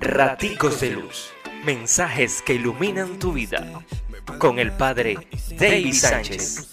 Raticos de Luz, mensajes que iluminan tu vida, con el Padre David Sánchez.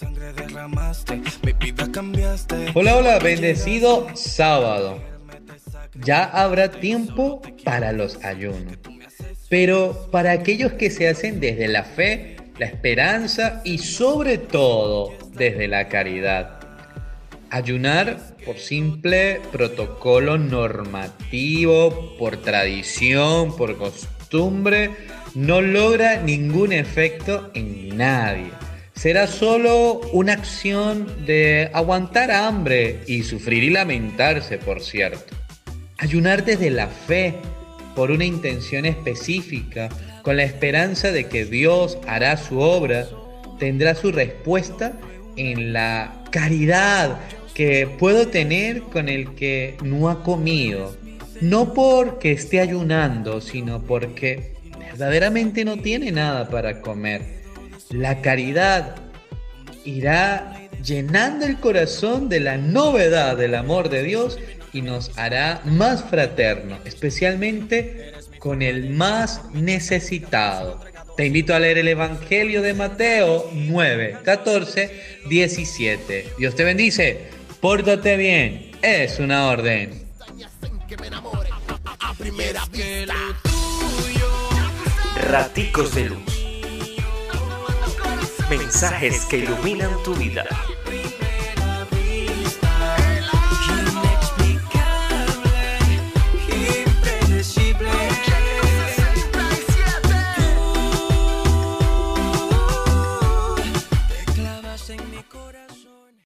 Hola, bendecido sábado. Ya habrá tiempo para los ayunos, pero para aquellos que se hacen desde la fe, la esperanza y sobre todo desde la caridad. Ayunar por simple protocolo normativo, por tradición, por costumbre, no logra ningún efecto en nadie. Será solo una acción de aguantar hambre y sufrir y lamentarse, por cierto. Ayunar desde la fe, por una intención específica, con la esperanza de que Dios hará su obra, tendrá su respuesta en la caridad que puedo tener con el que no ha comido. No porque esté ayunando, sino porque verdaderamente no tiene nada para comer. La caridad irá llenando el corazón de la novedad del amor de Dios y nos hará más fraternos, especialmente con el más necesitado. Te invito a leer el Evangelio de Mateo 9, 14, 17. Dios te bendice, pórtate bien, es una orden. Raticos de Luz, mensajes que iluminan tu vida. En mi corazón.